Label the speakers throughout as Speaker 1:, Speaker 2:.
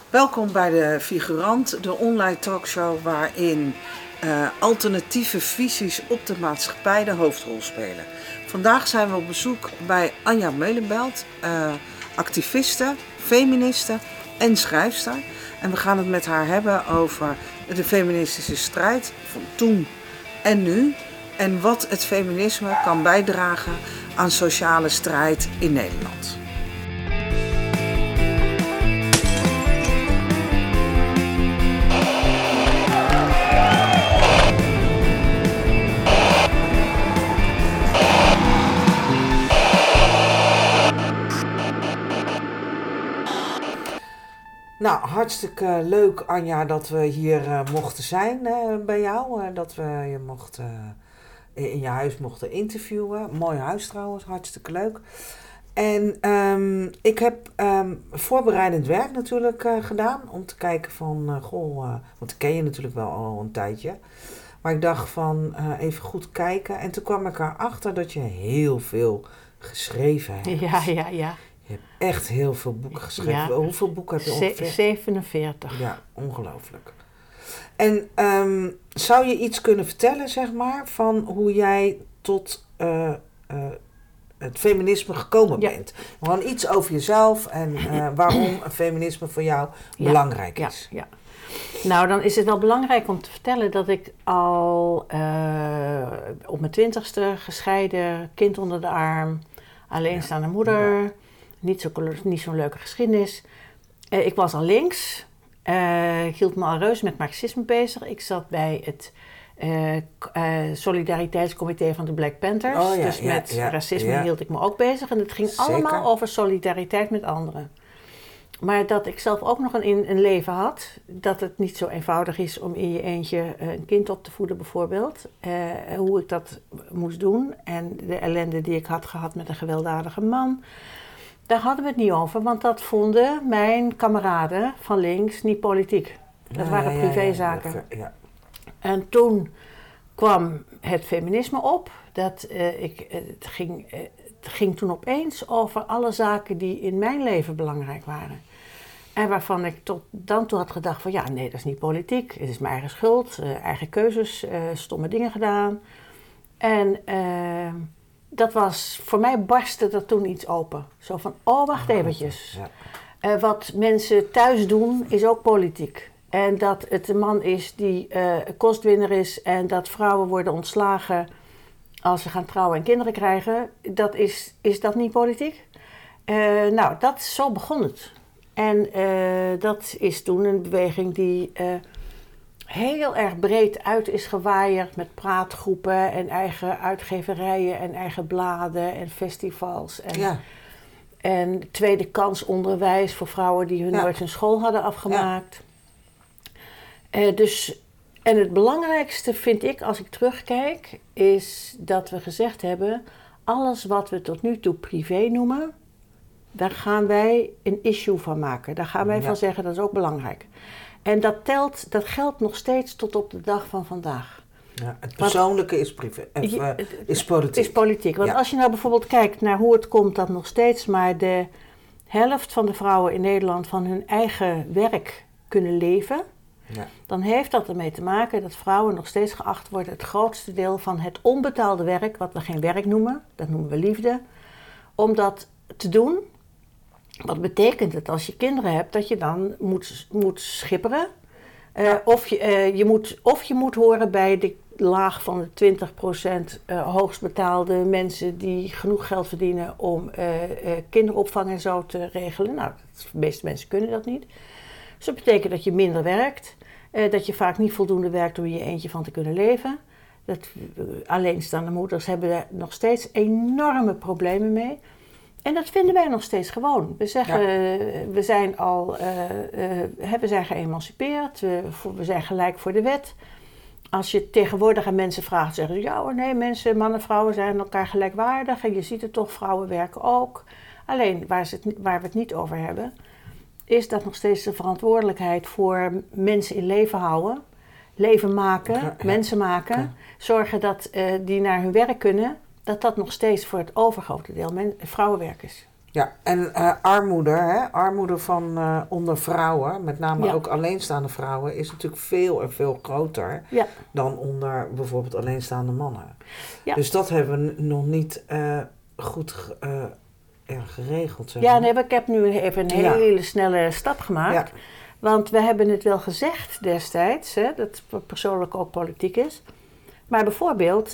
Speaker 1: Welkom bij de Figurant, de online talkshow waarin alternatieve visies op de maatschappij de hoofdrol spelen. Vandaag zijn we op bezoek bij Anja Melenbelt, activiste, feministe en schrijfster. En we gaan het met haar hebben over de feministische strijd van toen en nu. En wat het feminisme kan bijdragen aan sociale strijd in Nederland. Nou, hartstikke leuk Anja dat we hier mochten zijn bij jou. Dat we je in je huis mochten interviewen. Mooi huis trouwens, hartstikke leuk. En ik heb voorbereidend werk natuurlijk gedaan om te kijken van, want ik ken je natuurlijk wel al een tijdje. Maar ik dacht van even goed kijken. En toen kwam ik erachter dat je heel veel geschreven hebt.
Speaker 2: Ja.
Speaker 1: Je hebt echt heel veel boeken geschreven. Ja. Hoeveel boeken heb je ongeveer?
Speaker 2: 47.
Speaker 1: Ja, ongelooflijk. En zou je iets kunnen vertellen, zeg maar, van hoe jij tot het feminisme gekomen bent? Gewoon iets over jezelf en waarom feminisme voor jou belangrijk is.
Speaker 2: Ja. Nou, dan is het wel belangrijk om te vertellen dat ik al op mijn 20ste gescheiden, kind onder de arm, alleenstaande moeder... Ja. Niet zo'n leuke geschiedenis. Ik was al links. Ik hield me al reuze met marxisme bezig. Ik zat bij het solidariteitscomité van de Black Panthers. Dus met racisme hield ik me ook bezig. En het ging allemaal over solidariteit met anderen. Maar dat ik zelf ook nog een leven had. Dat het niet zo eenvoudig is om in je eentje een kind op te voeden bijvoorbeeld. Hoe ik dat moest doen. En de ellende die ik had gehad met een gewelddadige man. Daar hadden we het niet over, want dat vonden mijn kameraden van links niet politiek. Dat waren privézaken. Ja. En toen kwam het feminisme op. Het ging toen opeens over alle zaken die in mijn leven belangrijk waren. En waarvan ik tot dan toe had gedacht van nee, dat is niet politiek. Het is mijn eigen schuld, eigen keuzes, stomme dingen gedaan. En... dat was, voor mij barstte er toen iets open. Zo van, wacht eventjes. Ja. Wat mensen thuis doen, is ook politiek. En dat het een man is die kostwinner is... en dat vrouwen worden ontslagen als ze gaan trouwen en kinderen krijgen... is dat niet politiek? Zo begon het. En dat is toen een beweging die... heel erg breed uit is gewaaierd met praatgroepen en eigen uitgeverijen en eigen bladen en festivals. En tweede kans onderwijs voor vrouwen die nooit hun school hadden afgemaakt. En het belangrijkste vind ik als ik terugkijk is dat we gezegd hebben... alles wat we tot nu toe privé noemen, daar gaan wij een issue van maken. Daar gaan wij van zeggen dat is ook belangrijk. En dat geldt nog steeds tot op de dag van vandaag.
Speaker 1: Ja, het persoonlijke is privé, is politiek.
Speaker 2: Is politiek. Want als je nou bijvoorbeeld kijkt naar hoe het komt dat nog steeds maar de helft van de vrouwen in Nederland van hun eigen werk kunnen leven, dan heeft dat ermee te maken dat vrouwen nog steeds geacht worden het grootste deel van het onbetaalde werk, wat we geen werk noemen, dat noemen we liefde, om dat te doen. Wat betekent het als je kinderen hebt dat je dan moet schipperen? Of je moet horen bij de laag van de 20% hoogstbetaalde mensen die genoeg geld verdienen om kinderopvang en zo te regelen. Nou, de meeste mensen kunnen dat niet. Dus dat betekent dat je minder werkt. Dat je vaak niet voldoende werkt om in je eentje van te kunnen leven. Alleenstaande moeders hebben daar nog steeds enorme problemen mee. En dat vinden wij nog steeds gewoon. We zeggen, we zijn geëmancipeerd, we zijn gelijk voor de wet. Als je tegenwoordig aan mensen vraagt, zeggen ze... mannen en vrouwen zijn elkaar gelijkwaardig. En je ziet het toch, vrouwen werken ook. Alleen, waar we het niet over hebben... is dat nog steeds de verantwoordelijkheid voor mensen in leven houden. Leven maken, mensen maken. Zorgen dat die naar hun werk kunnen... dat nog steeds voor het overgrote deel vrouwenwerk is.
Speaker 1: Ja, en armoede, hè? Armoede van onder vrouwen, met name ook alleenstaande vrouwen, is natuurlijk veel en veel groter dan onder bijvoorbeeld alleenstaande mannen. Ja. Dus dat hebben we nog niet goed geregeld. Zeg maar.
Speaker 2: Ja, nee, ik heb nu even een hele snelle stap gemaakt. Ja. Want we hebben het wel gezegd destijds, hè, dat het persoonlijk ook politiek is. Maar bijvoorbeeld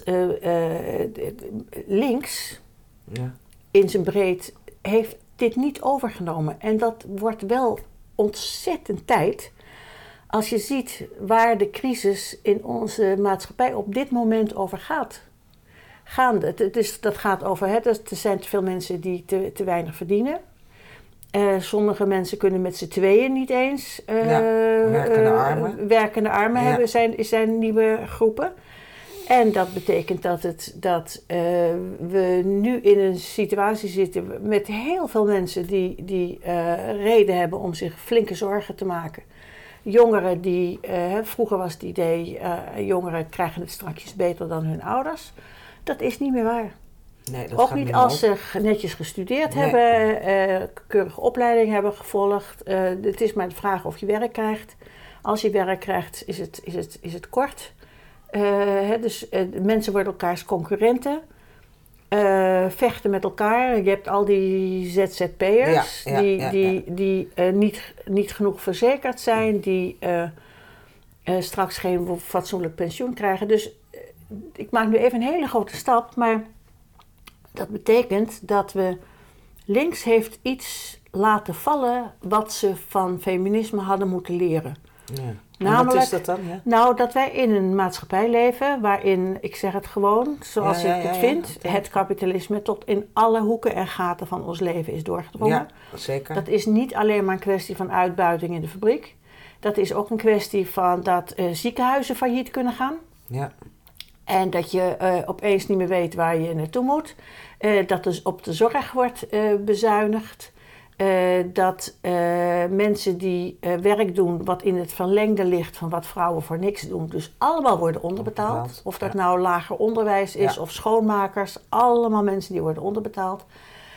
Speaker 2: links in zijn breed heeft dit niet overgenomen. En dat wordt wel ontzettend tijd als je ziet waar de crisis in onze maatschappij op dit moment over gaat. Dat gaat over, er zijn te veel mensen die te weinig verdienen. Sommige mensen kunnen met z'n tweeën niet eens werkende armen hebben, zijn nieuwe groepen. En dat betekent dat we nu in een situatie zitten met heel veel mensen die reden hebben om zich flinke zorgen te maken. Jongeren die, vroeger was het idee, jongeren krijgen het strakjes beter dan hun ouders. Dat is niet meer waar. Nee, dat ook niet als ze netjes gestudeerd hebben, keurige opleiding hebben gevolgd. Het is maar de vraag of je werk krijgt. Als je werk krijgt, is het kort. Dus mensen worden elkaars concurrenten. Vechten met elkaar. Je hebt al die ZZP'ers die niet genoeg verzekerd zijn. Die straks geen fatsoenlijk pensioen krijgen. Dus ik maak nu even een hele grote stap, maar dat betekent dat we links heeft iets laten vallen wat ze van feminisme hadden moeten leren.
Speaker 1: Ja. Namelijk, wat is dat dan? Ja?
Speaker 2: Nou, dat wij in een maatschappij leven waarin, ik zeg het gewoon, zoals ik het vind, het kapitalisme tot in alle hoeken en gaten van ons leven is doorgedrongen.
Speaker 1: Ja, zeker.
Speaker 2: Dat is niet alleen maar een kwestie van uitbuiting in de fabriek. Dat is ook een kwestie van dat ziekenhuizen failliet kunnen gaan. Ja. En dat je opeens niet meer weet waar je naartoe moet. Dat dus op de zorg wordt bezuinigd. Dat mensen die werk doen wat in het verlengde ligt van wat vrouwen voor niks doen. Dus allemaal worden onderbetaald. Of dat nou lager onderwijs is of schoonmakers. Allemaal mensen die worden onderbetaald.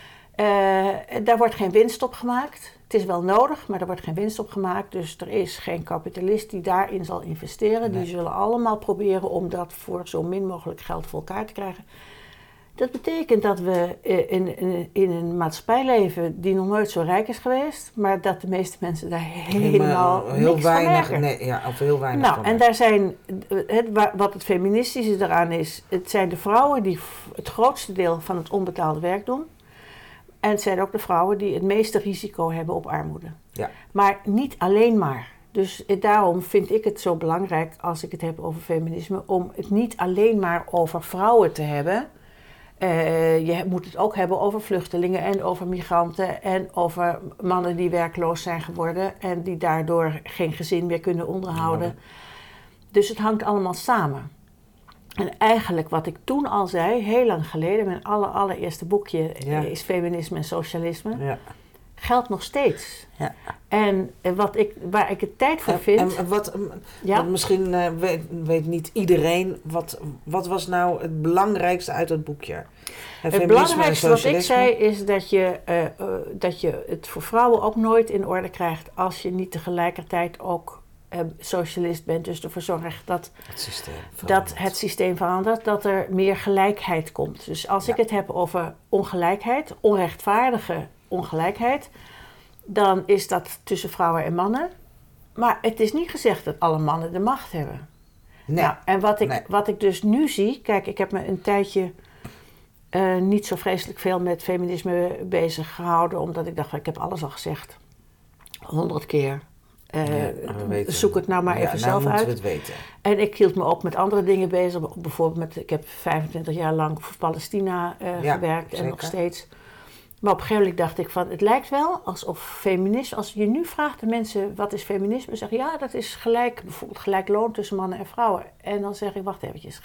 Speaker 2: Daar wordt geen winst op gemaakt. Het is wel nodig, maar er wordt geen winst op gemaakt. Dus er is geen kapitalist die daarin zal investeren. Nee. Die zullen allemaal proberen om dat voor zo min mogelijk geld voor elkaar te krijgen. Dat betekent dat we in een maatschappij leven die nog nooit zo rijk is geweest. Maar dat de meeste mensen daar helemaal niks van merken.
Speaker 1: Of heel weinig van.
Speaker 2: En daar zijn, wat het feministische eraan is, het zijn de vrouwen die het grootste deel van het onbetaalde werk doen. En het zijn ook de vrouwen die het meeste risico hebben op armoede. Ja. Maar niet alleen maar. Dus daarom vind ik het zo belangrijk, als ik het heb over feminisme, om het niet alleen maar over vrouwen te hebben. Je moet het ook hebben over vluchtelingen en over migranten en over mannen die werkloos zijn geworden en die daardoor geen gezin meer kunnen onderhouden. Ja. Dus het hangt allemaal samen. En eigenlijk wat ik toen al zei, heel lang geleden, mijn allereerste boekje is Feminisme en Socialisme, geldt nog steeds. Ja. En waar ik het tijd voor vind...
Speaker 1: En wat misschien weet niet iedereen, wat was nou het belangrijkste uit dat boekje?
Speaker 2: Het belangrijkste wat ik zei is dat je het voor vrouwen ook nooit in orde krijgt als je niet tegelijkertijd ook socialist bent. Dus ervoor zorgt dat het systeem verandert, dat er meer gelijkheid komt. Dus als ik het heb over ongelijkheid, onrechtvaardige ongelijkheid, dan is dat tussen vrouwen en mannen. Maar het is niet gezegd dat alle mannen de macht hebben. Nee. Nou, en wat ik dus nu zie, kijk, ik heb me een tijdje niet zo vreselijk veel met feminisme bezig gehouden, omdat ik dacht, ik heb alles al gezegd. 100 keer. Zoek het nou maar even zelf uit.
Speaker 1: We het weten.
Speaker 2: En ik hield me ook met andere dingen bezig. Bijvoorbeeld ik heb 25 jaar lang voor Palestina gewerkt en nog steeds. Maar op een gegeven moment dacht ik van, het lijkt wel alsof feminisme, als je nu vraagt de mensen wat is feminisme, zeggen ja, dat is bijvoorbeeld gelijk loon tussen mannen en vrouwen. En dan zeg ik, wacht eventjes,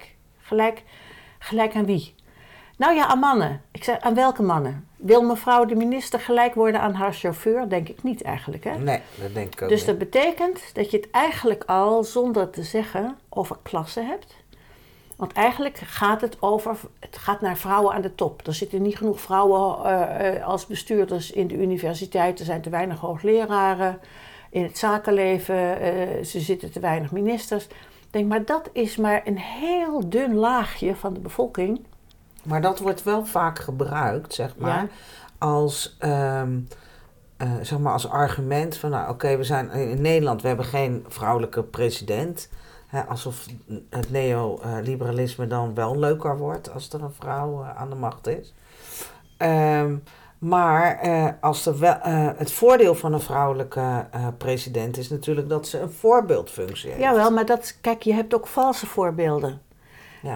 Speaker 2: gelijk aan wie? Nou ja, aan mannen. Ik zeg, aan welke mannen? Wil mevrouw de minister gelijk worden aan haar chauffeur? Denk ik niet eigenlijk, hè?
Speaker 1: Nee, dat denk ik ook
Speaker 2: Dus
Speaker 1: niet.
Speaker 2: Dat betekent dat je het eigenlijk al, zonder te zeggen, over klasse hebt. Want eigenlijk gaat het gaat naar vrouwen aan de top. Er zitten niet genoeg vrouwen als bestuurders in de universiteit. Er zijn te weinig hoogleraren in het zakenleven. Ze zitten te weinig ministers. Ik denk, maar dat is maar een heel dun laagje van de bevolking.
Speaker 1: Maar dat wordt wel vaak gebruikt, zeg maar, als, zeg maar als argument van, nou oké, we zijn in Nederland, we hebben geen vrouwelijke president. Alsof het neoliberalisme dan wel leuker wordt als er een vrouw aan de macht is. Maar als er wel, het voordeel van een vrouwelijke president is natuurlijk dat ze een voorbeeldfunctie heeft.
Speaker 2: Jawel, maar kijk, je hebt ook valse voorbeelden. Ja,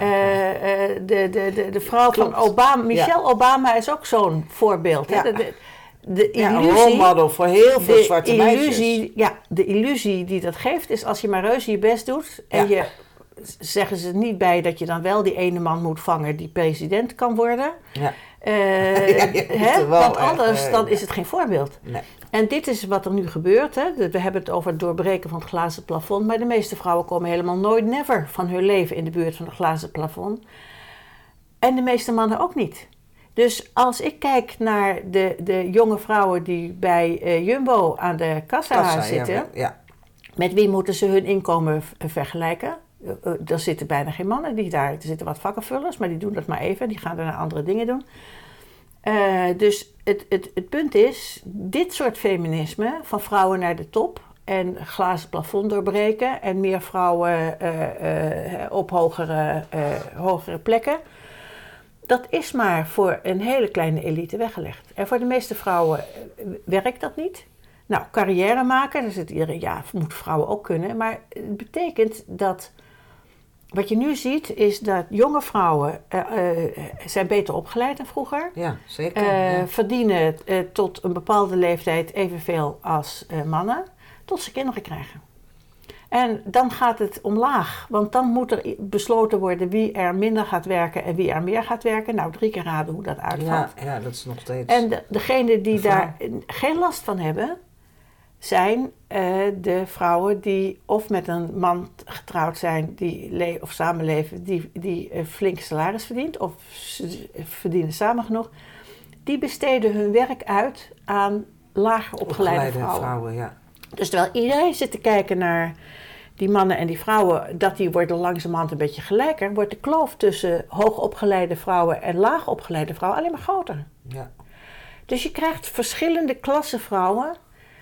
Speaker 2: de vrouw van Obama, Michelle Obama is ook zo'n voorbeeld. Ja. Hè? De illusie,
Speaker 1: een rolmodel voor heel veel zwarte meisjes.
Speaker 2: Ja, de illusie die dat geeft is als je maar reuze je best doet en zeggen ze niet bij dat je dan wel die ene man moet vangen die president kan worden. Ja. Want anders dan is het geen voorbeeld. Nee. En dit is wat er nu gebeurt. Hè. We hebben het over het doorbreken van het glazen plafond. Maar de meeste vrouwen komen helemaal nooit, never van hun leven in de buurt van het glazen plafond. En de meeste mannen ook niet. Dus als ik kijk naar de jonge vrouwen die bij Jumbo aan de kassa zitten. Met wie moeten ze hun inkomen vergelijken? Er zitten bijna geen mannen die daar. Er zitten wat vakkenvullers, maar die doen dat maar even. Die gaan daarna andere dingen doen. Dus het punt is, dit soort feminisme, van vrouwen naar de top en glazen plafond doorbreken en meer vrouwen op hogere plekken, dat is maar voor een hele kleine elite weggelegd. En voor de meeste vrouwen werkt dat niet. Nou, carrière maken, dat zit iedereen, moet vrouwen ook kunnen, maar het betekent dat wat je nu ziet is dat jonge vrouwen zijn beter opgeleid dan vroeger.
Speaker 1: Ja, zeker.
Speaker 2: Verdienen tot een bepaalde leeftijd evenveel als mannen, tot ze kinderen krijgen. En dan gaat het omlaag, want dan moet er besloten worden wie er minder gaat werken en wie er meer gaat werken. Nou, 3 keer raden hoe dat uitvalt.
Speaker 1: Ja, dat is nog steeds.
Speaker 2: En degenen die daar geen last van hebben, zijn de vrouwen die of met een man getrouwd zijn of samenleven, die flink salaris verdient, of ze verdienen samen genoeg. Die besteden hun werk uit aan lager opgeleide vrouwen. Ja. Dus terwijl iedereen zit te kijken naar die mannen en die vrouwen, dat die worden langzamerhand een beetje gelijker, wordt de kloof tussen hoogopgeleide vrouwen en laagopgeleide vrouwen alleen maar groter. Ja. Dus je krijgt verschillende klassen vrouwen,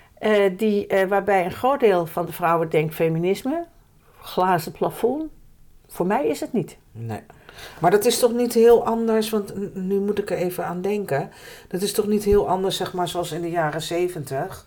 Speaker 2: waarbij een groot deel van de vrouwen denkt feminisme, glazen plafond. Voor mij is het niet.
Speaker 1: Nee. Maar dat is toch niet heel anders, want nu moet ik er even aan denken. Dat is toch niet heel anders, zeg maar, zoals in de jaren 70.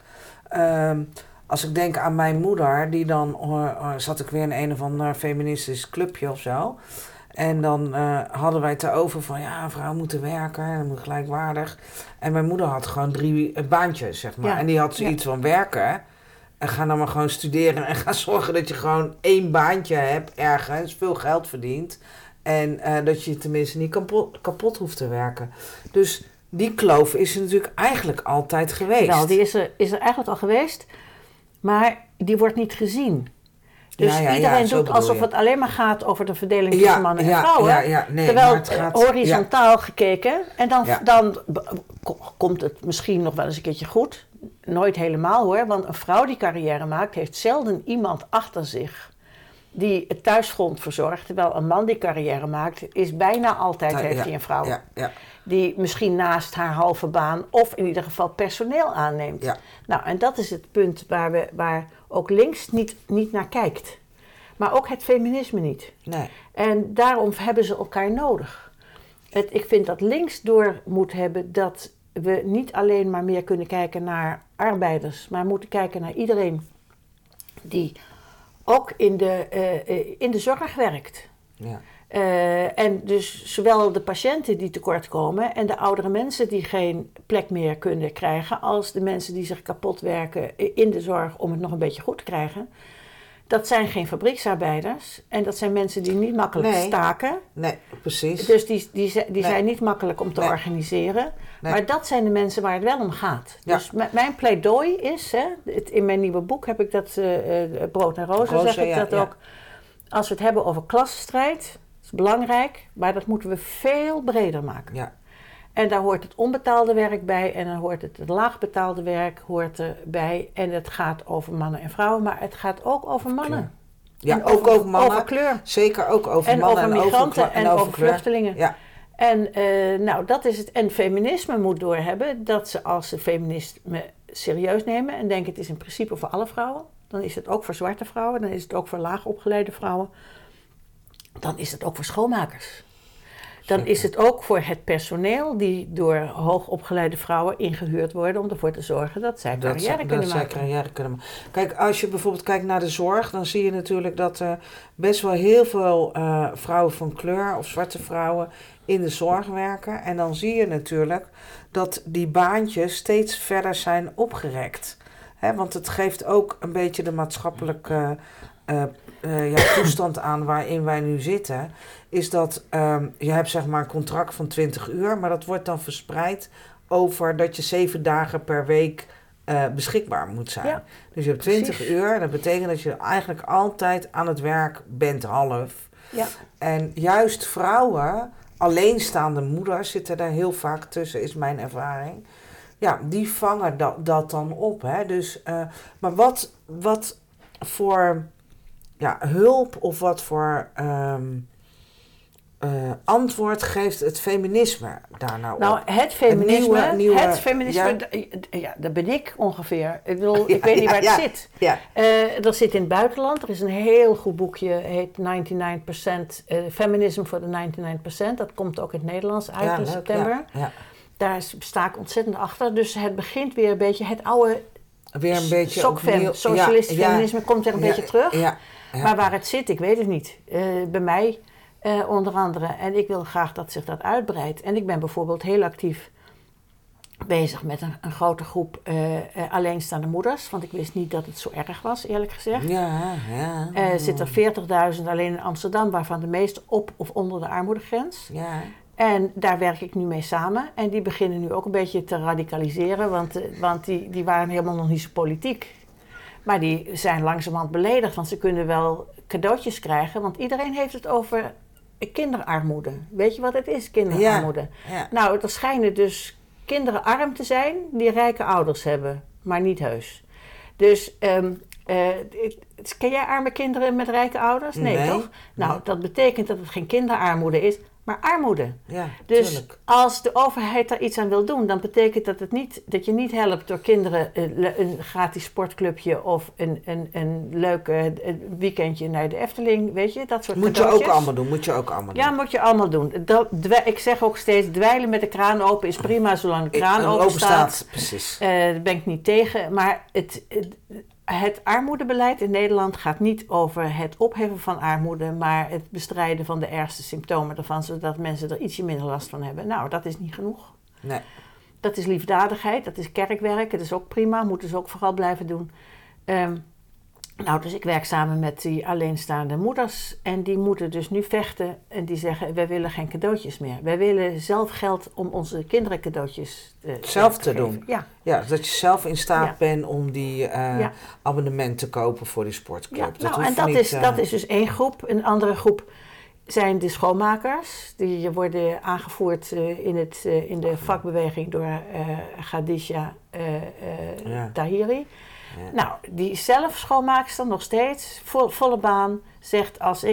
Speaker 1: Als ik denk aan mijn moeder, die dan zat ik weer in een of ander feministisch clubje of zo. En dan hadden wij het erover van, vrouwen moeten werken, en moet gelijkwaardig. En mijn moeder had gewoon 3 baantjes, zeg maar. Ja, en die had zoiets van werken. En ga dan maar gewoon studeren en ga zorgen dat je gewoon 1 baantje hebt ergens, veel geld verdient. En dat je tenminste niet kapot hoeft te werken. Dus die kloof is er natuurlijk eigenlijk altijd geweest.
Speaker 2: Nou, die is er eigenlijk al geweest, maar die wordt niet gezien. Dus iedereen doet alsof het alleen maar gaat over de verdeling tussen mannen en vrouwen. Nee, terwijl het gaat horizontaal gekeken. En dan komt het misschien nog wel eens een keertje goed. Nooit helemaal hoor. Want een vrouw die carrière maakt, heeft zelden iemand achter zich die het thuisfront verzorgt. Terwijl een man die carrière maakt, is bijna altijd heeft hij een vrouw. Die misschien naast haar halve baan of in ieder geval personeel aanneemt. Ja. Nou, en dat is het punt waar ook links niet naar kijkt. Maar ook het feminisme niet. Nee. En daarom hebben ze elkaar nodig. Ik vind dat links door moet hebben dat we niet alleen maar meer kunnen kijken naar arbeiders, maar moeten kijken naar iedereen die ook in de zorg werkt. Ja. En dus zowel de patiënten die tekort komen en de oudere mensen die geen plek meer kunnen krijgen, als de mensen die zich kapot werken in de zorg om het nog een beetje goed te krijgen. Dat zijn geen fabrieksarbeiders en dat zijn mensen die niet makkelijk staken. Nee, precies. Dus die zijn niet makkelijk om te organiseren. Nee. Maar dat zijn de mensen waar het wel om gaat. Ja. Dus mijn pleidooi is, in mijn nieuwe boek heb ik dat, Brood en Rozen zeg ik dat ook. Als we het hebben over klassenstrijd, is belangrijk, maar dat moeten we veel breder maken.
Speaker 1: Ja.
Speaker 2: En daar hoort het onbetaalde werk bij en dan hoort het laagbetaalde werk hoort erbij. En het gaat over mannen en vrouwen, maar het gaat ook over mannen.
Speaker 1: Ja, en ook over mannen.
Speaker 2: Over kleur.
Speaker 1: Zeker ook over
Speaker 2: en
Speaker 1: mannen
Speaker 2: over migranten en over vluchtelingen.
Speaker 1: Ja.
Speaker 2: En dat is het. En feminisme moet doorhebben dat ze als ze feminisme serieus nemen en denken het is in principe voor alle vrouwen. Dan is het ook voor zwarte vrouwen, dan is het ook voor laagopgeleide vrouwen. Dan is het ook voor schoonmakers. Dan is het ook voor het personeel die door hoogopgeleide vrouwen ingehuurd worden om ervoor te zorgen dat zij carrière kunnen maken.
Speaker 1: Kijk, als je bijvoorbeeld kijkt naar de zorg, dan zie je natuurlijk dat er best wel heel veel vrouwen van kleur of zwarte vrouwen in de zorg werken. En dan zie je natuurlijk dat die baantjes steeds verder zijn opgerekt. Want het geeft ook een beetje de maatschappelijke toestand aan waarin wij nu zitten. Is dat je hebt zeg maar een contract van 20 uur, maar dat wordt dan verspreid over dat je 7 dagen per week beschikbaar moet zijn. Ja, dus je hebt 20 uur, dat betekent dat je eigenlijk altijd aan het werk bent, half. Ja. En juist vrouwen, alleenstaande moeders zitten daar heel vaak tussen, is mijn ervaring. Ja, die vangen dat dan op. Hè? Dus, maar wat voor hulp of wat voor antwoord geeft het feminisme daar nou op?
Speaker 2: Nou, het feminisme, dat ben ik ongeveer. Ik bedoel, ik weet niet waar het zit. Ja. Dat zit in het buitenland. Er is een heel goed boekje, heet 99%, Feminism for the 99%. Dat komt ook in het Nederlands uit in september. Ja. Daar sta ik ontzettend achter. Dus het begint weer een beetje het oude socialistisch feminisme komt er een beetje terug. Ja. Ja. Maar waar het zit, ik weet het niet. Bij mij onder andere. En ik wil graag dat zich dat uitbreidt. En ik ben bijvoorbeeld heel actief bezig met een grote groep alleenstaande moeders. Want ik wist niet dat het zo erg was, eerlijk gezegd. Er zitten 40.000 alleen in Amsterdam, waarvan de meeste op of onder de armoedegrens. Ja. En daar werk ik nu mee samen. En die beginnen nu ook een beetje te radicaliseren, want die waren helemaal nog niet zo politiek. Maar die zijn langzamerhand beledigd, want ze kunnen wel cadeautjes krijgen. Want iedereen heeft het over kinderarmoede. Weet je wat het is, kinderarmoede? Ja. Nou, er schijnen dus kinderen arm te zijn die rijke ouders hebben, maar niet heus. Dus ken jij arme kinderen met rijke ouders? Nee, toch? Nou, dat betekent dat het geen kinderarmoede is, maar armoede. Ja, dus tuurlijk. Als de overheid daar iets aan wil doen, dan betekent dat je niet helpt door kinderen een gratis sportclubje of een leuk weekendje naar de Efteling, weet je, dat soort cadeautjes.
Speaker 1: Moet je ook allemaal doen.
Speaker 2: Ja, moet je allemaal doen. Ik zeg ook steeds, dweilen met de kraan open is prima, zolang de kraan open staat. Precies. Daar ben ik niet tegen, maar het armoedebeleid in Nederland gaat niet over het opheffen van armoede, maar het bestrijden van de ergste symptomen ervan, zodat mensen er ietsje minder last van hebben. Nou, dat is niet genoeg. Nee. Dat is liefdadigheid, dat is kerkwerk, dat is ook prima, moeten ze ook vooral blijven doen. Dus ik werk samen met die alleenstaande moeders en die moeten dus nu vechten en die zeggen, wij willen geen cadeautjes meer. Wij willen zelf geld om onze kinderen cadeautjes te
Speaker 1: doen. Ja, dat je zelf in staat bent om die abonnement te kopen voor die sportclub.
Speaker 2: Ja, dat is dus één groep. Een andere groep zijn de schoonmakers. Die worden aangevoerd in de vakbeweging door Khadija Tahiri. Ja. Nou, die zelf schoonmaakster nog steeds, volle baan, zegt als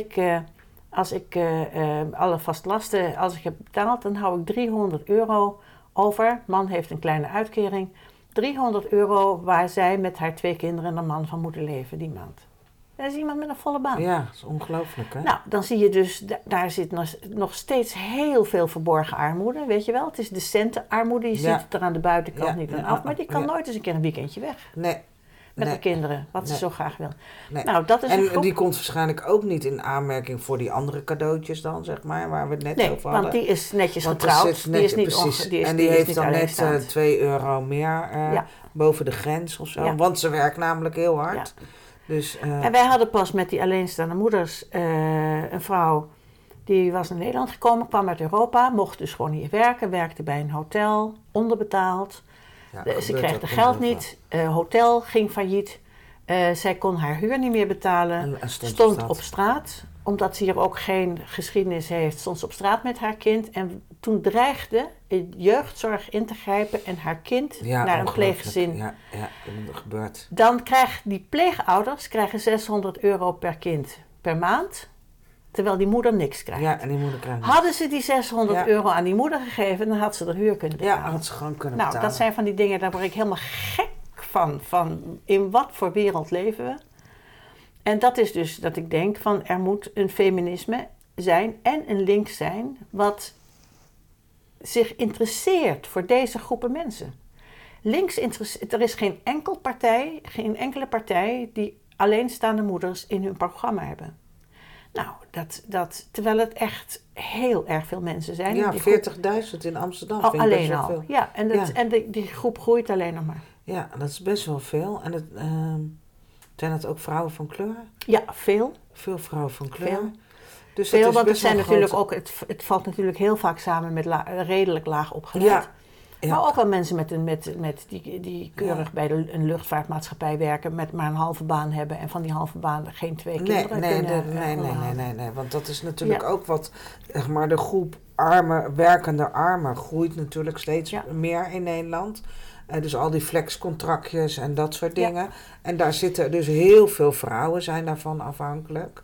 Speaker 2: ik alle vaste lasten, als ik heb betaald, dan hou ik €300 over. Man heeft een kleine uitkering. €300 waar zij met haar 2 kinderen en een man van moeten leven die maand. Dat is iemand met een volle baan.
Speaker 1: Ja, dat is ongelooflijk, hè?
Speaker 2: Nou, dan zie je dus, daar zit nog steeds heel veel verborgen armoede, weet je wel. Het is decente armoede, je ziet het er aan de buitenkant niet aan af, maar die kan nooit eens een keer een weekendje weg. Nee. Met de kinderen, wat ze zo graag wil.
Speaker 1: Nee. Nou, dat is en die komt waarschijnlijk ook niet in aanmerking voor die andere cadeautjes dan, zeg maar, waar we het net over hadden.
Speaker 2: Want die is netjes getrouwd.
Speaker 1: Die heeft dan net €2 meer boven de grens of zo. Ja. Want ze werkt namelijk heel hard. Ja. Dus,
Speaker 2: en wij hadden pas met die alleenstaande moeders een vrouw, die was naar Nederland gekomen, kwam uit Europa, mocht dus gewoon hier werken, werkte bij een hotel, onderbetaald. Ja, ze kreeg het geld niet, hotel ging failliet, zij kon haar huur niet meer betalen, stond op straat omdat ze hier ook geen geschiedenis heeft, stond ze op straat met haar kind. En toen dreigde de jeugdzorg in te grijpen en haar kind naar een pleeggezin.
Speaker 1: Ja, dat gebeurt.
Speaker 2: Dan krijgen die pleegouders €600 per kind per maand, terwijl die moeder niks krijgt.
Speaker 1: Ja, en die moeder krijgt niks.
Speaker 2: Hadden ze die €600 aan die moeder gegeven, dan had ze de huur kunnen betalen.
Speaker 1: Ja, had ze gewoon kunnen betalen.
Speaker 2: Dat zijn van die dingen, daar word ik helemaal gek van in wat voor wereld leven we. En dat is dus dat ik denk van er moet een feminisme zijn en een links zijn wat zich interesseert voor deze groepen mensen. Er is geen enkele partij die alleenstaande moeders in hun programma hebben. Nou, terwijl het echt heel erg veel mensen zijn.
Speaker 1: Ja, 40.000 in Amsterdam vind ik
Speaker 2: alleen
Speaker 1: best wel
Speaker 2: al.
Speaker 1: veel.
Speaker 2: Ja, en die groep groeit alleen nog maar.
Speaker 1: Ja, dat is best wel veel. En zijn dat ook vrouwen van kleur?
Speaker 2: Ja, veel.
Speaker 1: Veel vrouwen van kleur.
Speaker 2: Veel.
Speaker 1: Dus
Speaker 2: veel,
Speaker 1: dat is
Speaker 2: want
Speaker 1: best
Speaker 2: het zijn
Speaker 1: wel
Speaker 2: natuurlijk
Speaker 1: groot.
Speaker 2: ook, het valt natuurlijk heel vaak samen met redelijk laag opgeleid.
Speaker 1: Ja.
Speaker 2: Maar ook wel mensen die keurig bij een luchtvaartmaatschappij werken, met maar een halve baan hebben en van die halve baan geen 2 kinderen kunnen.
Speaker 1: Nee, want dat is natuurlijk ook wat, zeg maar, de groep werkende armen groeit natuurlijk steeds meer in Nederland. Dus al die flexcontractjes en dat soort dingen. Ja. En daar zitten dus heel veel vrouwen zijn daarvan afhankelijk.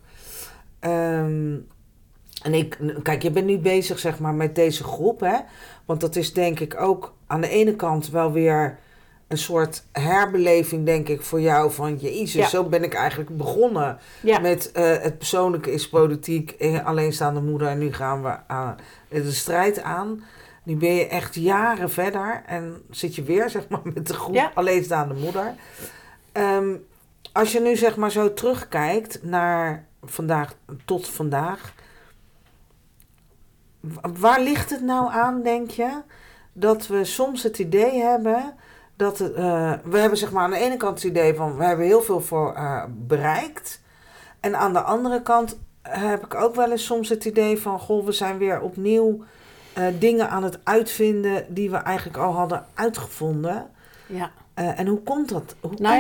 Speaker 1: Kijk, je bent nu bezig, zeg maar, met deze groep, hè. Want dat is denk ik ook aan de ene kant wel weer een soort herbeleving, denk ik, voor jou. Van jezus, zo ben ik eigenlijk begonnen met het persoonlijke is politiek, alleenstaande moeder. En nu gaan we de strijd aan. Nu ben je echt jaren verder en zit je weer, zeg maar, met de groep alleenstaande moeder. Als je nu, zeg maar, zo terugkijkt naar tot vandaag. Waar ligt het nou aan, denk je, dat we soms het idee hebben dat we hebben, zeg maar, aan de ene kant het idee van we hebben heel veel voor bereikt. En aan de andere kant heb ik ook wel eens soms het idee van goh, we zijn weer opnieuw dingen aan het uitvinden die we eigenlijk al hadden uitgevonden. Ja. En hoe komt dat?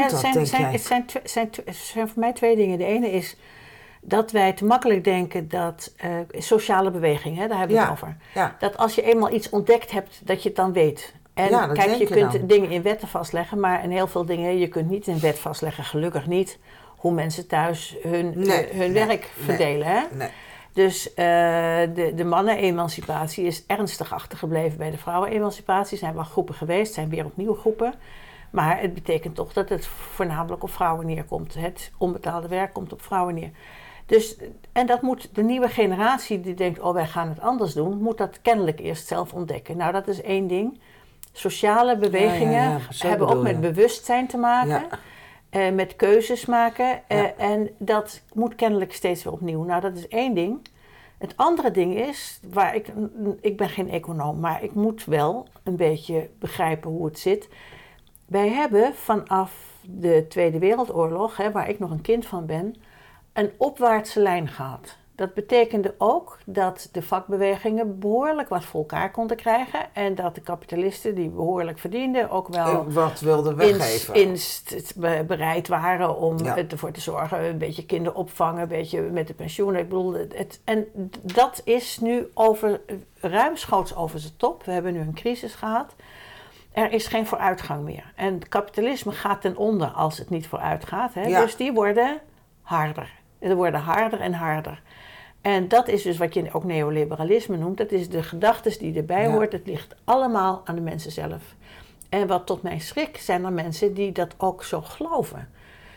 Speaker 2: Het zijn voor mij 2 dingen. De ene is dat wij te makkelijk denken dat sociale beweging, hè, daar hebben we het over. Ja. Dat als je eenmaal iets ontdekt hebt, dat je het dan weet. En kijk, je kunt dingen in wetten vastleggen, maar in heel veel dingen, je kunt niet in wet vastleggen, gelukkig niet, hoe mensen thuis hun werk verdelen. Hè? Nee. Dus de mannen-emancipatie is ernstig achtergebleven bij de vrouwen-emancipatie. Er zijn wel groepen geweest, zijn weer opnieuw groepen. Maar het betekent toch dat het voornamelijk op vrouwen neerkomt. Het onbetaalde werk komt op vrouwen neer. Dus, en dat moet de nieuwe generatie die denkt, oh wij gaan het anders doen, moet dat kennelijk eerst zelf ontdekken. Nou, dat is 1 ding. Sociale bewegingen hebben ook met bewustzijn te maken. Ja. Met keuzes maken. En dat moet kennelijk steeds weer opnieuw. Nou, dat is 1 ding. Het andere ding is, ik ben geen econoom, maar ik moet wel een beetje begrijpen hoe het zit. Wij hebben vanaf de Tweede Wereldoorlog, waar ik nog een kind van ben, een opwaartse lijn gehad. Dat betekende ook dat de vakbewegingen behoorlijk wat voor elkaar konden krijgen. En dat de kapitalisten die behoorlijk verdienden ook wel
Speaker 1: wat wilden weggeven.
Speaker 2: Bereid waren om ervoor te zorgen. Een beetje kinderopvang, een beetje met de pensioenen. Ik bedoel, en dat is nu ruimschoots over zijn top. We hebben nu een crisis gehad. Er is geen vooruitgang meer. En het kapitalisme gaat ten onder als het niet vooruit gaat. Hè? Ja. Dus die worden harder. Ze worden harder en harder. En dat is dus wat je ook neoliberalisme noemt. Dat is de gedachtes die erbij hoort. Het ligt allemaal aan de mensen zelf. En wat tot mijn schrik zijn er mensen die dat ook zo geloven.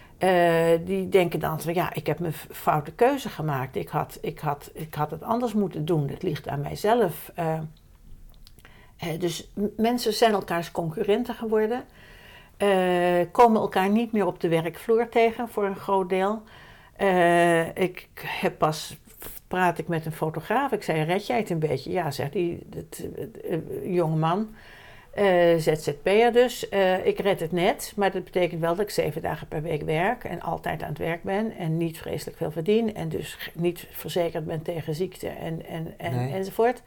Speaker 2: Die denken dan van ik heb een foute keuze gemaakt. Ik had het anders moeten doen. Het ligt aan mijzelf. Dus mensen zijn elkaars concurrenten geworden. Komen elkaar niet meer op de werkvloer tegen voor een groot deel. Ik heb praat ik met een fotograaf. Ik zei, red jij het een beetje? Ja, zegt hij, jonge man, ZZP'er dus. Ik red het net, maar dat betekent wel dat ik 7 dagen per week werk en altijd aan het werk ben en niet vreselijk veel verdien en dus niet verzekerd ben tegen ziekte enzovoort.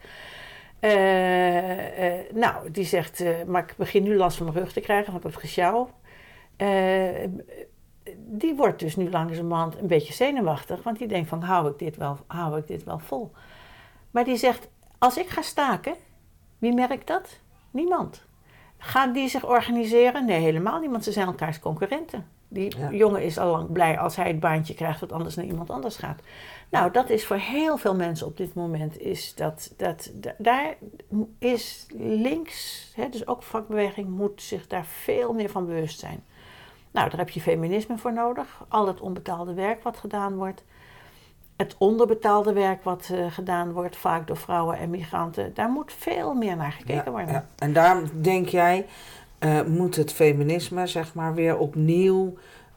Speaker 2: Die zegt, maar ik begin nu last van mijn rug te krijgen van dat gesjouw. die wordt dus nu langzamerhand een beetje zenuwachtig. Want die denkt van, hou ik dit wel vol? Maar die zegt, als ik ga staken, wie merkt dat? Niemand. Gaan die zich organiseren? Nee, helemaal niet, want ze zijn elkaars concurrenten. Die jongen is al lang blij als hij het baantje krijgt wat anders naar iemand anders gaat. Nou, dat is voor heel veel mensen op dit moment, daar is links, dus ook vakbeweging, moet zich daar veel meer van bewust zijn. Nou, daar heb je feminisme voor nodig. Al het onbetaalde werk wat gedaan wordt. Het onderbetaalde werk wat gedaan wordt, vaak door vrouwen en migranten. Daar moet veel meer naar gekeken worden. Ja.
Speaker 1: En daarom denk jij, moet het feminisme zeg maar weer opnieuw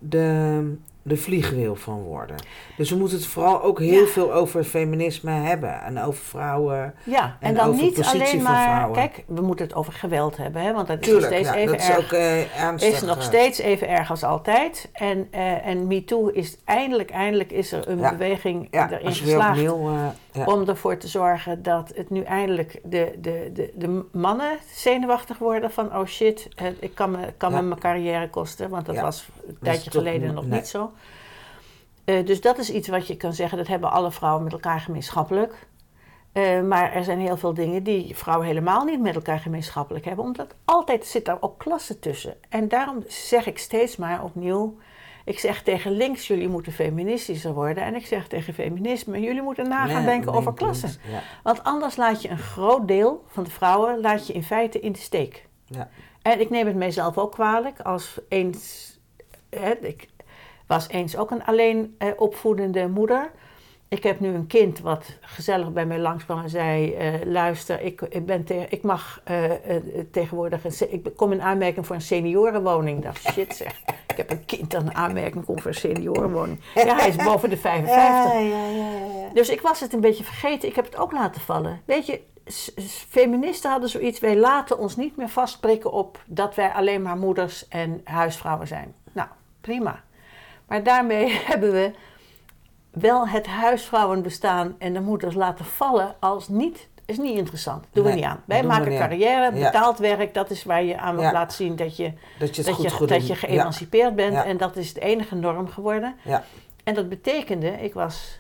Speaker 1: de vliegwiel van worden. Dus we moeten het vooral ook heel veel over feminisme hebben. En over vrouwen.
Speaker 2: Ja, en dan over niet alleen maar, kijk, we moeten het over geweld hebben. Hè, want dat is nog steeds even erg. Is nog steeds even erg als altijd. En MeToo is eindelijk is er een beweging erin geslaagd. Om ervoor te zorgen dat het nu eindelijk de mannen zenuwachtig worden van oh shit, ik kan me mijn carrière kosten. Want dat was een tijdje geleden nog niet zo. Dus dat is iets wat je kan zeggen, dat hebben alle vrouwen met elkaar gemeenschappelijk. Maar er zijn heel veel dingen die vrouwen helemaal niet met elkaar gemeenschappelijk hebben. Omdat altijd zit daar ook klasse tussen. En daarom zeg ik steeds maar opnieuw, ik zeg tegen links, jullie moeten feministischer worden. En ik zeg tegen feminisme, jullie moeten gaan denken over klassen. Ja. Want anders laat je een groot deel van de vrouwen in feite in de steek. Ja. En ik neem het mijzelf ook kwalijk als eens... ik was eens ook een alleen opvoedende moeder. Ik heb nu een kind wat gezellig bij mij langskwam en zei, luister, ik mag tegenwoordig, ik kom in aanmerking voor een seniorenwoning. Ik dacht, shit zeg, ik heb een kind dat in aanmerking komt voor een seniorenwoning. Ja, hij is boven de 55. Ja. Dus ik was het een beetje vergeten, ik heb het ook laten vallen. Weet je, feministen hadden zoiets, wij laten ons niet meer vastprikken op dat wij alleen maar moeders en huisvrouwen zijn. Nou, prima. Maar daarmee hebben we wel het huisvrouwenbestaan en de moeders laten vallen als niet, is niet interessant. Doen we niet aan. Wij maken carrière, betaald werk, dat is waar je aan wilt laten zien dat je geëmancipeerd bent. En dat is de enige norm geworden. Ja. En dat betekende, ik was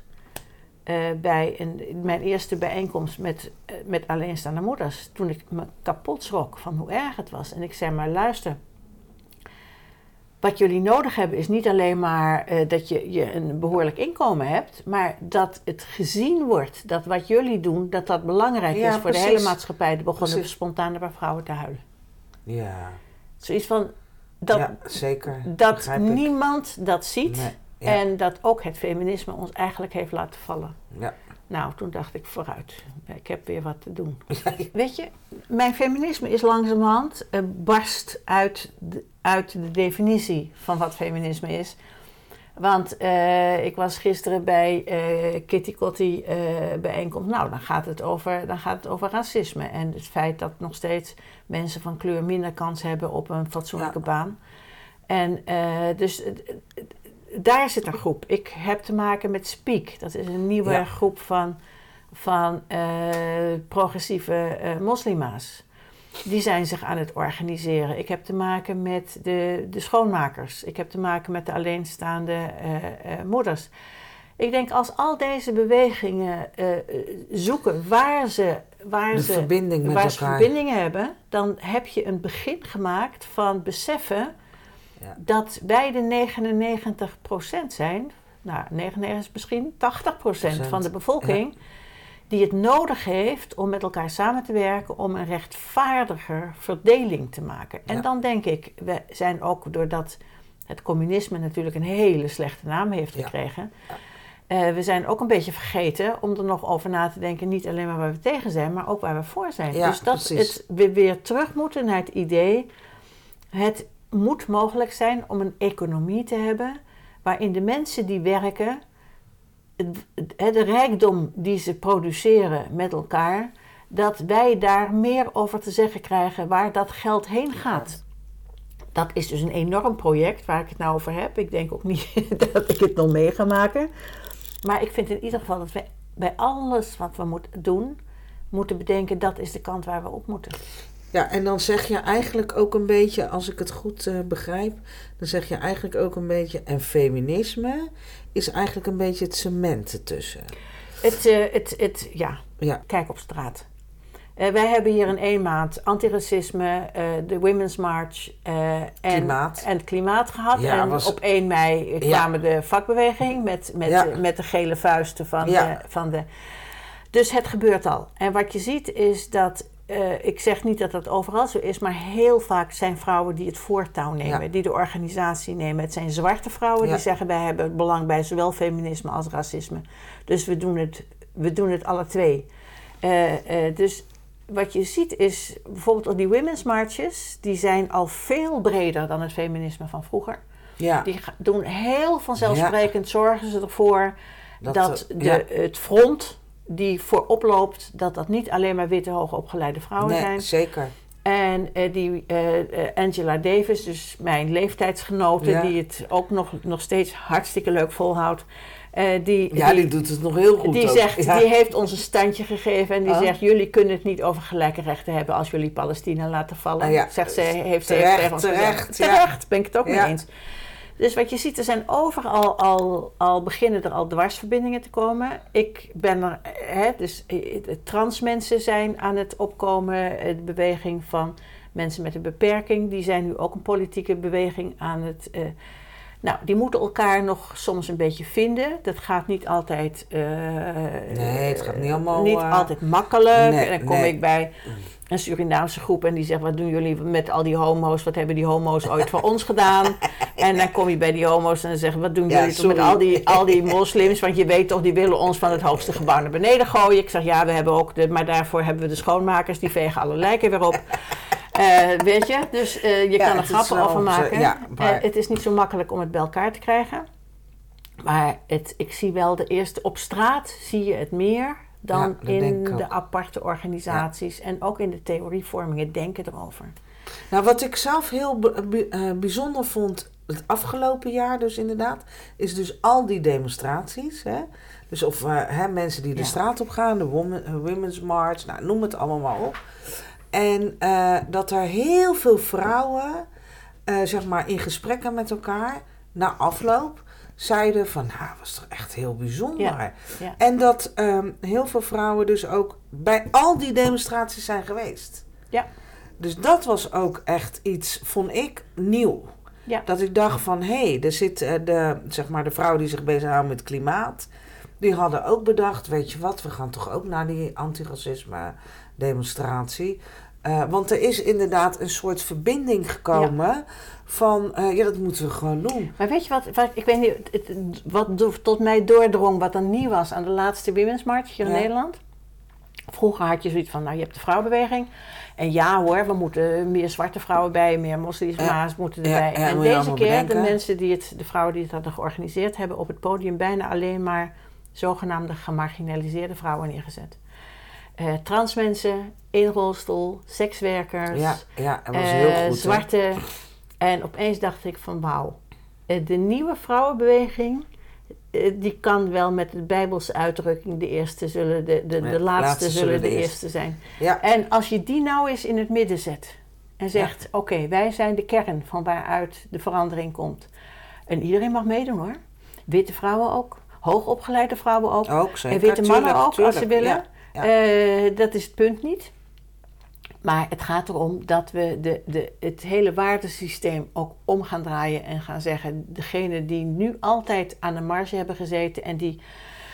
Speaker 2: bij mijn eerste bijeenkomst met alleenstaande moeders, toen ik me kapot schrok van hoe erg het was. En ik zei maar, luister, wat jullie nodig hebben is niet alleen maar dat je een behoorlijk inkomen hebt, maar dat het gezien wordt dat wat jullie doen, dat belangrijk is voor de hele maatschappij. Er begonnen spontaan bij vrouwen te huilen. Ja. Zoiets van
Speaker 1: zeker.
Speaker 2: Dat niemand dat ziet en dat ook het feminisme ons eigenlijk heeft laten vallen. Ja. Nou, toen dacht ik vooruit. Ik heb weer wat te doen. Weet je, mijn feminisme is langzamerhand barst uit de definitie van wat feminisme is. Want ik was gisteren bij Kitty Kotti bijeenkomst. Nou, dan gaat het over racisme. En het feit dat nog steeds mensen van kleur minder kans hebben op een fatsoenlijke baan. En dus daar zit een groep. Ik heb te maken met Speak. Dat is een nieuwe groep van progressieve moslima's. Die zijn zich aan het organiseren. Ik heb te maken met de schoonmakers. Ik heb te maken met de alleenstaande moeders. Ik denk als al deze bewegingen zoeken waar ze verbindingen hebben, dan heb je een begin gemaakt van beseffen dat wij de 99% zijn, nou 99 is misschien 80% van de bevolking, die het nodig heeft om met elkaar samen te werken om een rechtvaardiger verdeling te maken. En dan denk ik, we zijn ook doordat het communisme natuurlijk een hele slechte naam heeft gekregen, we zijn ook een beetje vergeten om er nog over na te denken, niet alleen maar waar we tegen zijn, maar ook waar we voor zijn. Dus dat we weer terug moeten naar het idee, het moet mogelijk zijn om een economie te hebben waarin de mensen die werken, de rijkdom die ze produceren met elkaar, dat wij daar meer over te zeggen krijgen waar dat geld heen gaat. Dat is dus een enorm project waar ik het nou over heb. Ik denk ook niet dat ik het nog mee ga maken. Maar ik vind in ieder geval dat we bij alles wat we moeten doen, moeten bedenken dat is de kant waar we op moeten.
Speaker 1: Ja, en dan zeg je eigenlijk ook een beetje, als ik het goed begrijp, dan zeg je eigenlijk ook een beetje, en feminisme is eigenlijk een beetje het cement ertussen.
Speaker 2: Ja, kijk op straat. Wij hebben hier in 1 maand antiracisme, de Women's March en het klimaat gehad. Ja, en op 1 mei kwamen de vakbeweging met de gele vuisten van de... Dus het gebeurt al. En wat je ziet is dat... ik zeg niet dat dat overal zo is, maar heel vaak zijn vrouwen die het voortouw nemen, die de organisatie nemen. Het zijn zwarte vrouwen die zeggen wij hebben belang bij zowel feminisme als racisme. Dus we doen het alle twee. Dus wat je ziet is bijvoorbeeld op die women's marches, die zijn al veel breder dan het feminisme van vroeger. Ja. Die doen heel vanzelfsprekend, zorgen ze ervoor dat het front die voorop loopt, dat niet alleen maar witte, hoogopgeleide vrouwen zijn.
Speaker 1: Zeker.
Speaker 2: En Angela Davis, dus mijn leeftijdsgenote, die het ook nog steeds hartstikke leuk volhoudt. Die doet het nog heel goed. Die heeft ons een standje gegeven en die zegt, jullie kunnen het niet over gelijke rechten hebben als jullie Palestina laten vallen. Zegt ze, heeft ze tegen ons gezegd. Terecht, ben ik het ook mee eens. Dus wat je ziet, er zijn overal al beginnen er al dwarsverbindingen te komen. Ik ben er, dus trans mensen zijn aan het opkomen. De beweging van mensen met een beperking, die zijn nu ook een politieke beweging aan het... die moeten elkaar nog soms een beetje vinden. Dat gaat niet altijd...
Speaker 1: het gaat niet allemaal...
Speaker 2: Niet altijd makkelijk. En dan kom ik bij een Surinaamse groep en die zegt, wat doen jullie met al die homo's? Wat hebben die homo's ooit voor ons gedaan? En dan kom je bij die homo's en dan zeggen, wat doen jullie toch met al die moslims? Want je weet toch, die willen ons van het hoogste gebouw naar beneden gooien. Ik zeg, we hebben ook maar daarvoor hebben we de schoonmakers, die vegen alle lijken weer op. Weet je, dus je kan er grappen over maken. Het is niet zo makkelijk om het bij elkaar te krijgen. Maar ik zie wel op straat zie je het meer dan in de aparte organisaties. En ook in de theorievorming, het denken erover.
Speaker 1: Nou, wat ik zelf heel bijzonder vond het afgelopen jaar dus inderdaad, is dus al die demonstraties. Hè? Dus of mensen die de straat op gaan, de Women's March, noem het allemaal maar op. En dat er heel veel vrouwen, in gesprekken met elkaar, na afloop, zeiden van, was toch echt heel bijzonder. Ja. En dat heel veel vrouwen dus ook bij al die demonstraties zijn geweest. Ja. Dus dat was ook echt iets, vond ik, nieuw. Ja. Dat ik dacht van, er zit de vrouwen die zich bezighouden met klimaat, die hadden ook bedacht, weet je wat, we gaan toch ook naar die antiracisme demonstratie. Want er is inderdaad een soort verbinding gekomen van, dat moeten we gewoon doen.
Speaker 2: Maar weet je wat ik weet niet, wat tot mij doordrong, wat dan nieuw was aan de laatste Women's March hier in Nederland. Vroeger had je zoiets van, je hebt de vrouwenbeweging. En we moeten meer zwarte vrouwen bij, meer moslims moeten erbij. En deze keer, de vrouwen die het hadden georganiseerd, hebben op het podium bijna alleen maar zogenaamde gemarginaliseerde vrouwen neergezet. Trans mensen, in rolstoel, sekswerkers,
Speaker 1: dat was heel goed,
Speaker 2: zwarte. En opeens dacht ik van wauw, de nieuwe vrouwenbeweging, die kan wel met de Bijbelse uitdrukking de laatste zullen de eerste zijn. Ja. En als je die nou eens in het midden zet en zegt, oké, wij zijn de kern van waaruit de verandering komt. En iedereen mag meedoen hoor. Witte vrouwen ook, hoogopgeleide vrouwen ook
Speaker 1: zeker,
Speaker 2: en witte mannen ook,
Speaker 1: tuurlijk,
Speaker 2: als ze willen.
Speaker 1: Ja.
Speaker 2: Dat is het punt niet. Maar het gaat erom dat we het hele waardesysteem ook om gaan draaien en gaan zeggen, degenen die nu altijd aan de marge hebben gezeten en die,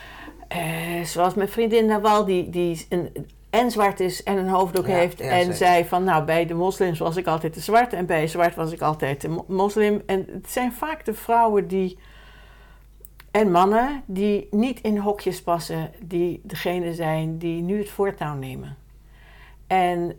Speaker 2: zoals mijn vriendin Nawal, die en zwart is en een hoofddoek heeft en zei van, bij de moslims was ik altijd de zwart en bij zwart was ik altijd de moslim. En het zijn vaak de vrouwen en mannen die niet in hokjes passen, die degene zijn die nu het voortouw nemen. En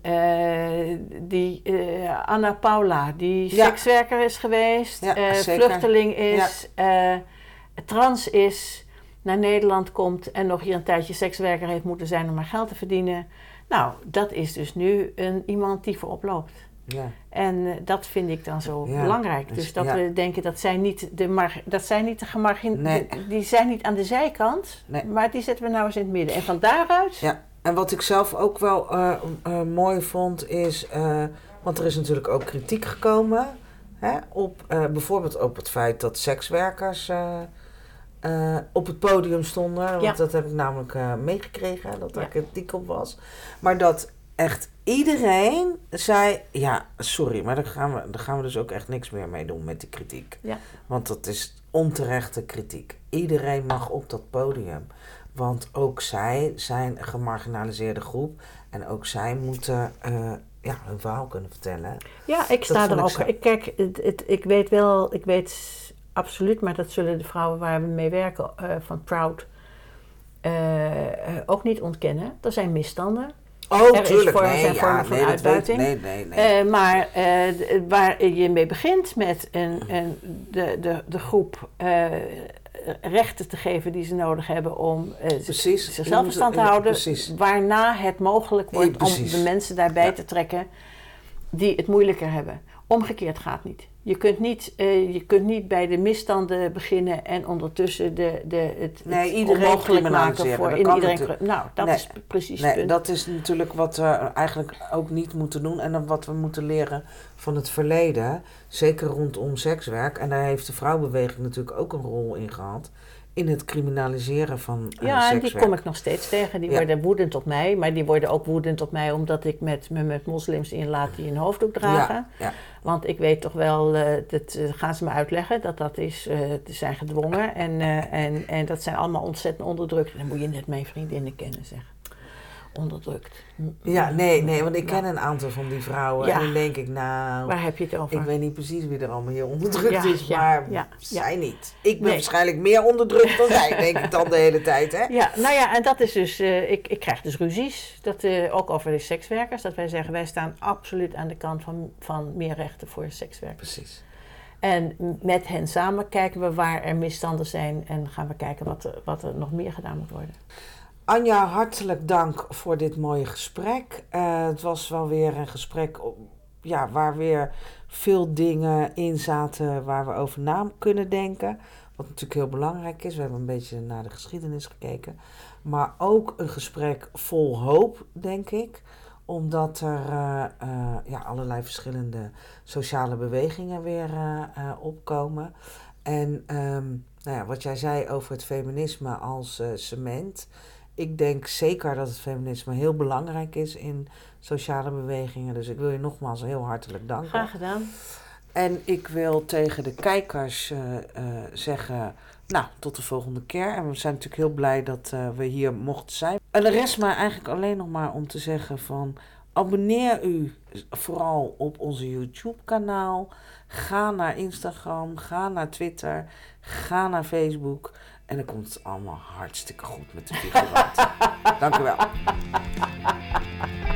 Speaker 2: Anna Paula, die sekswerker is geweest, vluchteling is, trans is, naar Nederland komt en nog hier een tijdje sekswerker heeft moeten zijn om maar geld te verdienen. Nou, dat is dus nu iemand die voorop loopt. Ja. En dat vind ik dan zo belangrijk. Dus dat we denken, dat zijn niet die zijn niet aan de zijkant, maar die zetten we nou eens in het midden. En van daaruit
Speaker 1: En wat ik zelf ook wel mooi vond is... want er is natuurlijk ook kritiek gekomen... Hè, op bijvoorbeeld op het feit dat sekswerkers... op het podium stonden. Want dat heb ik namelijk meegekregen. Dat daar kritiek op was. Maar dat echt iedereen zei... Ja, sorry, maar daar gaan we dus ook echt niks meer mee doen met die kritiek. Ja. Want dat is onterechte kritiek. Iedereen mag op dat podium. Want ook zij zijn een gemarginaliseerde groep. En ook zij moeten hun verhaal kunnen vertellen.
Speaker 2: Ja, ik sta er ook. Ik weet absoluut, maar dat zullen de vrouwen waar we mee werken van Proud ook niet ontkennen. Er zijn misstanden.
Speaker 1: Er tuurlijk.
Speaker 2: Er zijn vormen van uitbuiting.
Speaker 1: Nee.
Speaker 2: Maar waar je mee begint met de groep rechten te geven die ze nodig hebben om zichzelf in stand te houden. Waarna het mogelijk wordt om de mensen daarbij te trekken die het moeilijker hebben. Omgekeerd gaat niet. Je kunt niet bij de misstanden beginnen en ondertussen het onmogelijk maken voor iedereen. Nou, dat is precies het punt.
Speaker 1: Dat is natuurlijk wat we eigenlijk ook niet moeten doen en wat we moeten leren van het verleden. Zeker rondom sekswerk. En daar heeft de vrouwenbeweging natuurlijk ook een rol in gehad. In het criminaliseren van sekswerk.
Speaker 2: En die kom ik nog steeds tegen. Die worden woedend op mij. Maar die worden ook woedend op mij omdat ik me met moslims inlaat die een hoofddoek dragen. Ja. Want ik weet toch wel, dat gaan ze me uitleggen, dat is, ze zijn gedwongen. En dat zijn allemaal ontzettend onderdrukt. Dan moet je net mijn vriendinnen kennen, zeg. Onderdrukt.
Speaker 1: Ja, nee, want ik ken een aantal van die vrouwen. Ja. En dan denk ik,
Speaker 2: waar heb je het over?
Speaker 1: Ik weet niet precies wie er allemaal hier onderdrukt is, maar zij niet. Ik ben waarschijnlijk meer onderdrukt dan zij, denk ik dan de hele tijd, hè?
Speaker 2: Ja, en dat is dus, ik krijg dus ruzies, ook over de sekswerkers, dat wij zeggen, wij staan absoluut aan de kant van meer rechten voor sekswerkers.
Speaker 1: Precies.
Speaker 2: En met hen samen kijken we waar er misstanden zijn en gaan we kijken wat er nog meer gedaan moet worden.
Speaker 1: Anja, hartelijk dank voor dit mooie gesprek. Het was wel weer een gesprek waar weer veel dingen in zaten waar we over na kunnen denken. Wat natuurlijk heel belangrijk is. We hebben een beetje naar de geschiedenis gekeken. Maar ook een gesprek vol hoop, denk ik. Omdat er allerlei verschillende sociale bewegingen weer opkomen. En wat jij zei over het feminisme als cement... Ik denk zeker dat het feminisme heel belangrijk is in sociale bewegingen. Dus ik wil je nogmaals heel hartelijk danken.
Speaker 2: Graag gedaan.
Speaker 1: En ik wil tegen de kijkers zeggen, tot de volgende keer. En we zijn natuurlijk heel blij dat we hier mochten zijn. En de rest maar eigenlijk alleen nog maar om te zeggen van... Abonneer u vooral op onze YouTube-kanaal. Ga naar Instagram, ga naar Twitter, ga naar Facebook... En dan komt het allemaal hartstikke goed met de figuranten. Dank u wel.